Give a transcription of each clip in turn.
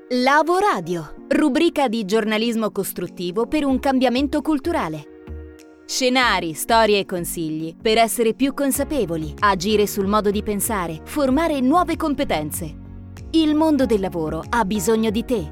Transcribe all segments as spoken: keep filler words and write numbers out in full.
Lavoradio, rubrica di giornalismo costruttivo per un cambiamento culturale. Scenari, storie e consigli per essere più consapevoli, agire sul modo di pensare, formare nuove competenze. Il mondo del lavoro ha bisogno di te.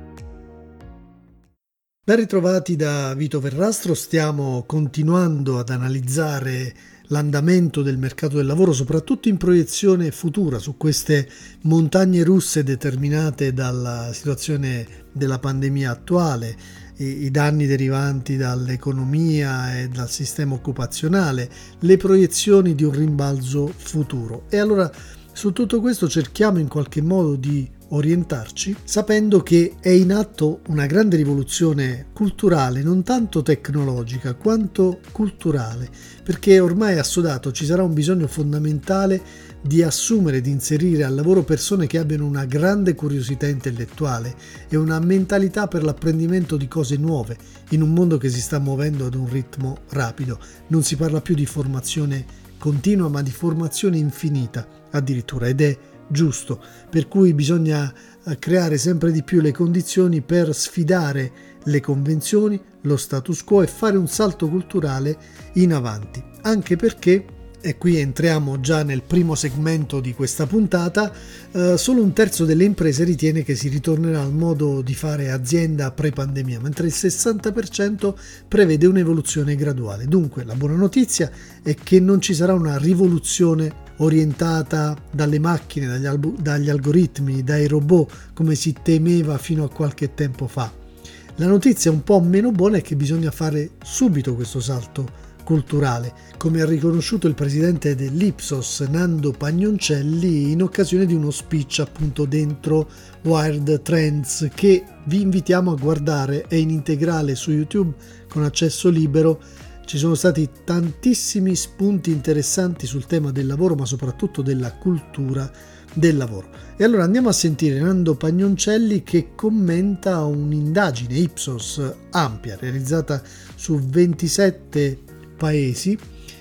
Ben ritrovati da Vito Verrastro, stiamo continuando ad analizzare l'andamento del mercato del lavoro, soprattutto in proiezione futura su queste montagne russe determinate dalla situazione della pandemia attuale, i, i danni derivanti dall'economia e dal sistema occupazionale, le proiezioni di un rimbalzo futuro. E allora su tutto questo cerchiamo in qualche modo di orientarci, sapendo che è in atto una grande rivoluzione culturale, non tanto tecnologica quanto culturale, perché ormai è assodato, ci sarà un bisogno fondamentale di assumere, di inserire al lavoro persone che abbiano una grande curiosità intellettuale e una mentalità per l'apprendimento di cose nuove, in un mondo che si sta muovendo ad un ritmo rapido. Non si parla più di formazione continua, ma di formazione infinita addirittura, ed è giusto, per cui bisogna creare sempre di più le condizioni per sfidare le convenzioni, lo status quo e fare un salto culturale in avanti, anche perché, e qui entriamo già nel primo segmento di questa puntata, eh, solo un terzo delle imprese ritiene che si ritornerà al modo di fare azienda pre-pandemia, mentre il sessanta per cento prevede un'evoluzione graduale. Dunque la buona notizia è che non ci sarà una rivoluzione orientata dalle macchine, dagli, alb- dagli algoritmi, dai robot, come si temeva fino a qualche tempo fa. La notizia un po' meno buona è che bisogna fare subito questo salto culturale, come ha riconosciuto il presidente dell'Ipsos Nando Pagnoncelli in occasione di uno speech appunto dentro Wired Trends, che vi invitiamo a guardare, è in integrale su YouTube con accesso libero. Ci sono stati tantissimi spunti interessanti sul tema del lavoro, ma soprattutto della cultura del lavoro. E allora andiamo a sentire Nando Pagnoncelli che commenta un'indagine Ipsos ampia realizzata su ventisette paesi,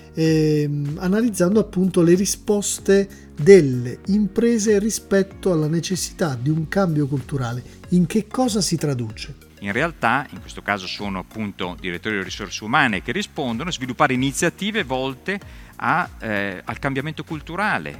ehm, analizzando appunto le risposte delle imprese rispetto alla necessità di un cambio culturale. In che cosa si traduce? In realtà, in questo caso sono appunto direttori di risorse umane che rispondono a sviluppare iniziative volte a, eh, al cambiamento culturale,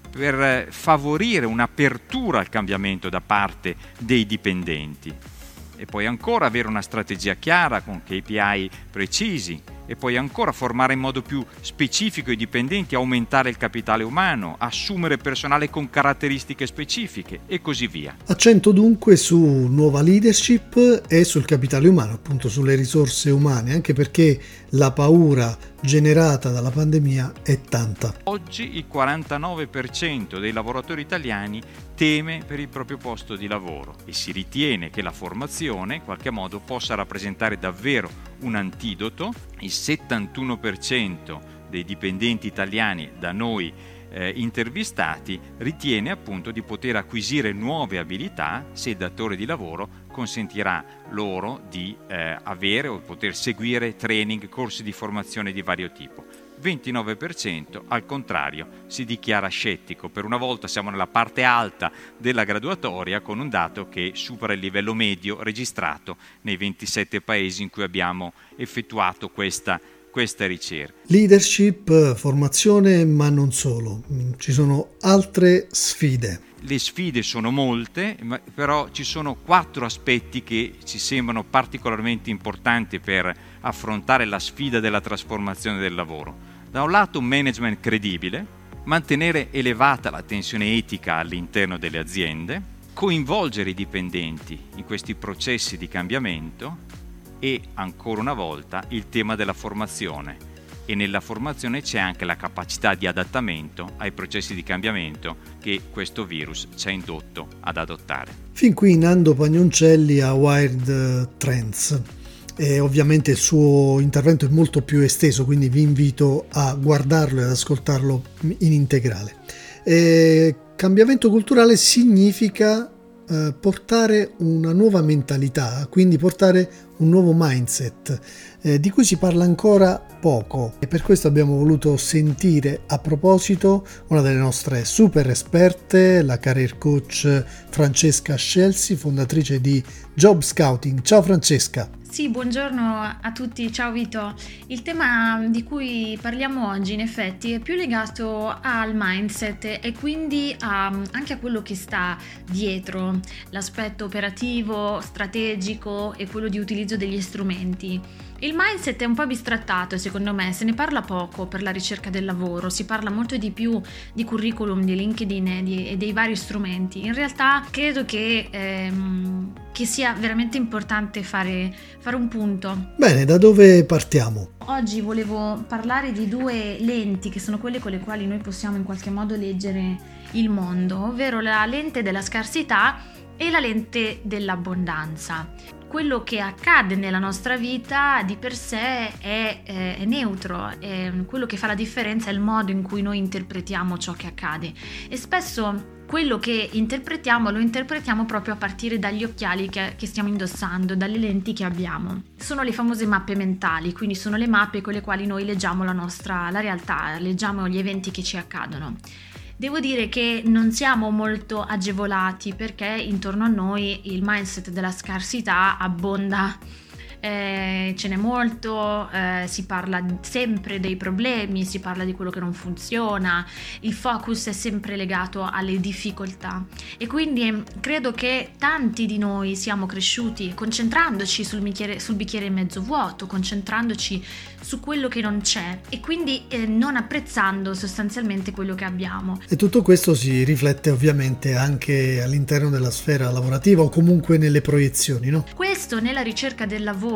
per favorire un'apertura al cambiamento da parte dei dipendenti. E poi ancora avere una strategia chiara con K P I precisi, e poi ancora formare in modo più specifico i dipendenti, aumentare il capitale umano, assumere personale con caratteristiche specifiche e così via. Accento dunque su nuova leadership e sul capitale umano, appunto sulle risorse umane, anche perché la paura generata dalla pandemia è tanta. Oggi il quarantanove per cento dei lavoratori italiani teme per il proprio posto di lavoro e si ritiene che la formazione in qualche modo possa rappresentare davvero un antidoto. Il settantuno per cento dei dipendenti italiani da noi eh, intervistati ritiene appunto di poter acquisire nuove abilità se il datore di lavoro consentirà loro di eh, avere o poter seguire training, corsi di formazione di vario tipo. ventinove per cento al contrario si dichiara scettico. Per una volta siamo nella parte alta della graduatoria con un dato che supera il livello medio registrato nei ventisette paesi in cui abbiamo effettuato questa, questa ricerca. Leadership, formazione, ma non solo, ci sono altre sfide. Le sfide sono molte, ma però ci sono quattro aspetti che ci sembrano particolarmente importanti per affrontare la sfida della trasformazione del lavoro. Da un lato un management credibile, mantenere elevata la tensione etica all'interno delle aziende, coinvolgere i dipendenti in questi processi di cambiamento e, ancora una volta, il tema della formazione. E nella formazione c'è anche la capacità di adattamento ai processi di cambiamento che questo virus ci ha indotto ad adottare. Fin qui Nando Pagnoncelli a Wired Trends. E ovviamente il suo intervento è molto più esteso, quindi vi invito a guardarlo e ad ascoltarlo in integrale. E cambiamento culturale significa eh, portare una nuova mentalità, quindi portare un nuovo mindset, eh, di cui si parla ancora poco, e per questo abbiamo voluto sentire a proposito una delle nostre super esperte, la career coach Francesca Scelsi, fondatrice di Job Scouting. Ciao Francesca. Sì, buongiorno a tutti, ciao Vito. Il tema di cui parliamo oggi in effetti è più legato al mindset e quindi a, anche a quello che sta dietro, l'aspetto operativo, strategico e quello di utilizzo degli strumenti. Il mindset è un po' bistrattato, secondo me, se ne parla poco per la ricerca del lavoro, si parla molto di più di curriculum, di LinkedIn e, di, e dei vari strumenti. In realtà credo che, ehm, che sia veramente importante fare, fare un punto. Bene, da dove partiamo? Oggi volevo parlare di due lenti che sono quelle con le quali noi possiamo in qualche modo leggere il mondo, ovvero la lente della scarsità e la lente dell'abbondanza. Quello che accade nella nostra vita di per sé è, è, è neutro, è, quello che fa la differenza è il modo in cui noi interpretiamo ciò che accade, e spesso quello che interpretiamo lo interpretiamo proprio a partire dagli occhiali che, che stiamo indossando, dalle lenti che abbiamo. Sono le famose mappe mentali, quindi sono le mappe con le quali noi leggiamo la nostra la realtà, leggiamo gli eventi che ci accadono. Devo dire che non siamo molto agevolati perché intorno a noi il mindset della scarsità abbonda, eh, ce n'è molto, eh, si parla sempre dei problemi, si parla di quello che non funziona, il focus è sempre legato alle difficoltà e quindi credo che tanti di noi siamo cresciuti concentrandoci sul bicchiere, sul bicchiere mezzo vuoto, concentrandoci su quello che non c'è e quindi eh, non apprezzando sostanzialmente quello che abbiamo. E tutto questo si riflette ovviamente anche all'interno della sfera lavorativa o comunque nelle proiezioni, no? Questo nella ricerca del lavoro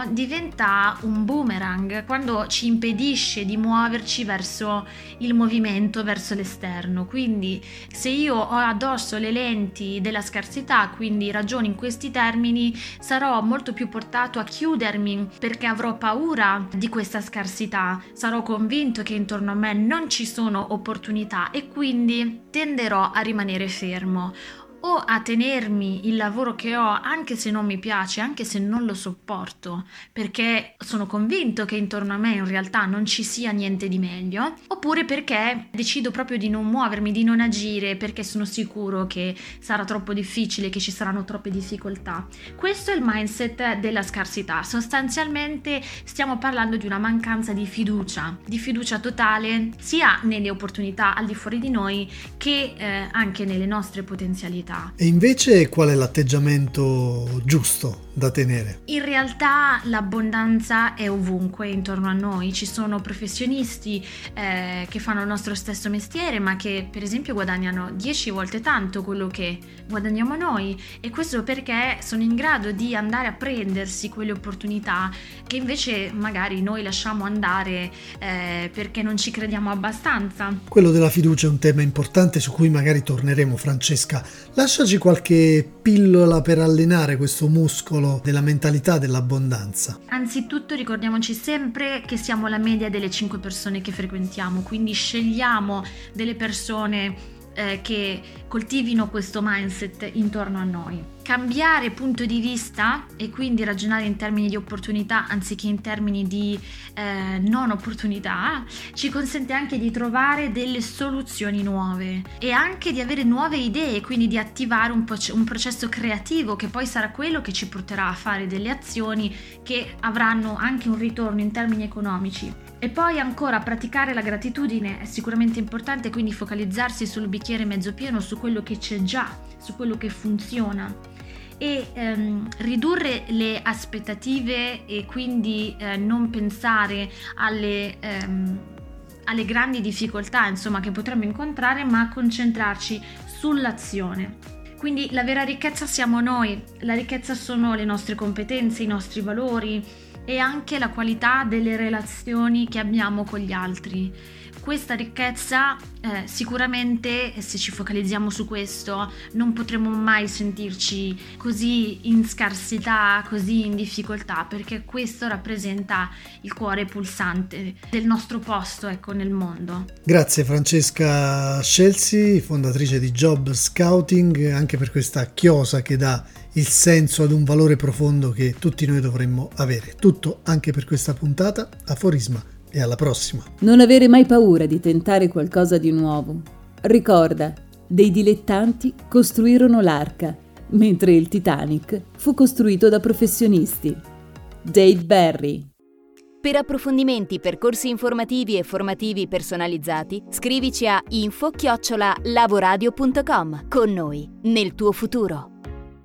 diventa un boomerang quando ci impedisce di muoverci verso il movimento, verso l'esterno. Quindi se io ho addosso le lenti della scarsità, quindi ragiono in questi termini, sarò molto più portato a chiudermi perché avrò paura di questa scarsità, sarò convinto che intorno a me non ci sono opportunità e quindi tenderò a rimanere fermo o a tenermi il lavoro che ho anche se non mi piace, anche se non lo sopporto, perché sono convinto che intorno a me in realtà non ci sia niente di meglio, oppure perché decido proprio di non muovermi, di non agire, perché sono sicuro che sarà troppo difficile, che ci saranno troppe difficoltà. Questo è il mindset della scarsità. Sostanzialmente stiamo parlando di una mancanza di fiducia, di fiducia totale, sia nelle opportunità al di fuori di noi che eh, anche nelle nostre potenzialità. E invece qual è l'atteggiamento giusto da tenere? In realtà l'abbondanza è ovunque intorno a noi, ci sono professionisti eh, che fanno il nostro stesso mestiere ma che per esempio guadagnano dieci volte tanto quello che guadagniamo noi, e questo perché sono in grado di andare a prendersi quelle opportunità che invece magari noi lasciamo andare eh, perché non ci crediamo abbastanza. Quello della fiducia è un tema importante su cui magari torneremo. Francesca, lasciaci qualche pillola per allenare questo muscolo della mentalità dell'abbondanza. Anzitutto ricordiamoci sempre che siamo la media delle cinque persone che frequentiamo, quindi scegliamo delle persone eh, che coltivino questo mindset intorno a noi. Cambiare punto di vista e quindi ragionare in termini di opportunità anziché in termini di eh, non opportunità ci consente anche di trovare delle soluzioni nuove e anche di avere nuove idee, quindi di attivare un, po- un processo creativo che poi sarà quello che ci porterà a fare delle azioni che avranno anche un ritorno in termini economici. E poi ancora praticare la gratitudine è sicuramente importante, quindi focalizzarsi sul bicchiere mezzo pieno, su quello che c'è già, su quello che funziona e ehm, ridurre le aspettative e quindi eh, non pensare alle, ehm, alle grandi difficoltà insomma che potremmo incontrare, ma concentrarci sull'azione. Quindi la vera ricchezza siamo noi, la ricchezza sono le nostre competenze, i nostri valori e anche la qualità delle relazioni che abbiamo con gli altri. questa ricchezza eh, sicuramente, se ci focalizziamo su questo, non potremo mai sentirci così in scarsità, così in difficoltà, perché questo rappresenta il cuore pulsante del nostro posto, ecco, nel mondo. Grazie Francesca Scelsi, fondatrice di Job Scouting, anche per questa chiosa che dà il senso ad un valore profondo che tutti noi dovremmo avere. Tutto anche per questa puntata. Aforisma e alla prossima. Non avere mai paura di tentare qualcosa di nuovo. Ricorda, dei dilettanti costruirono l'arca, mentre il Titanic fu costruito da professionisti. Dave Barry. Per approfondimenti, percorsi informativi e formativi personalizzati, scrivici a info chiocciola lavoradio punto com. Con noi, nel tuo futuro.